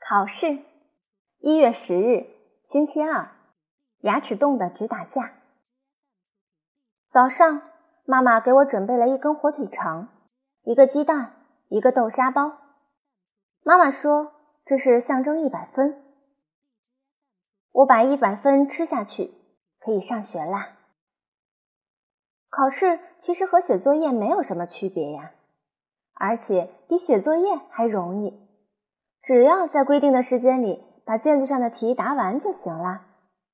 考试，1月10日，星期二，牙齿冻得直打架。早上，妈妈给我准备了1根火腿肠，1个鸡蛋，1个豆沙包。妈妈说这是象征100分。我把100分吃下去，可以上学啦。考试其实和写作业没有什么区别呀，而且比写作业还容易。只要在规定的时间里把卷子上的题答完就行了。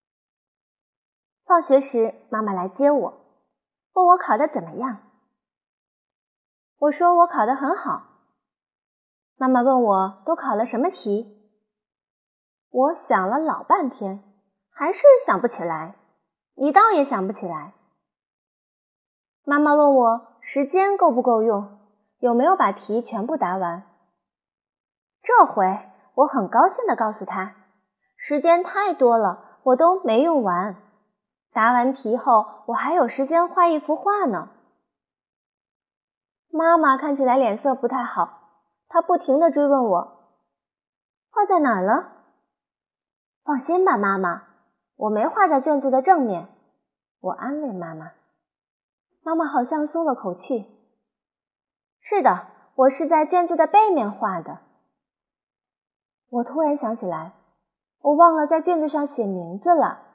放学时，妈妈来接我，问我考得怎么样。我说我考得很好。妈妈问我都考了什么题？我想了老半天，还是想不起来，一道也想不起来。妈妈问我时间够不够用，有没有把题全部答完。这回我很高兴地告诉她，时间太多了，我都没用完。答完题后，我还有时间画一幅画呢。妈妈看起来脸色不太好，她不停地追问我，画在哪儿了？放心吧，妈妈，我没画在卷子的正面。我安慰妈妈。妈妈好像松了口气。是的，我是在卷子的背面画的。我突然想起来，我忘了在卷子上写名字了。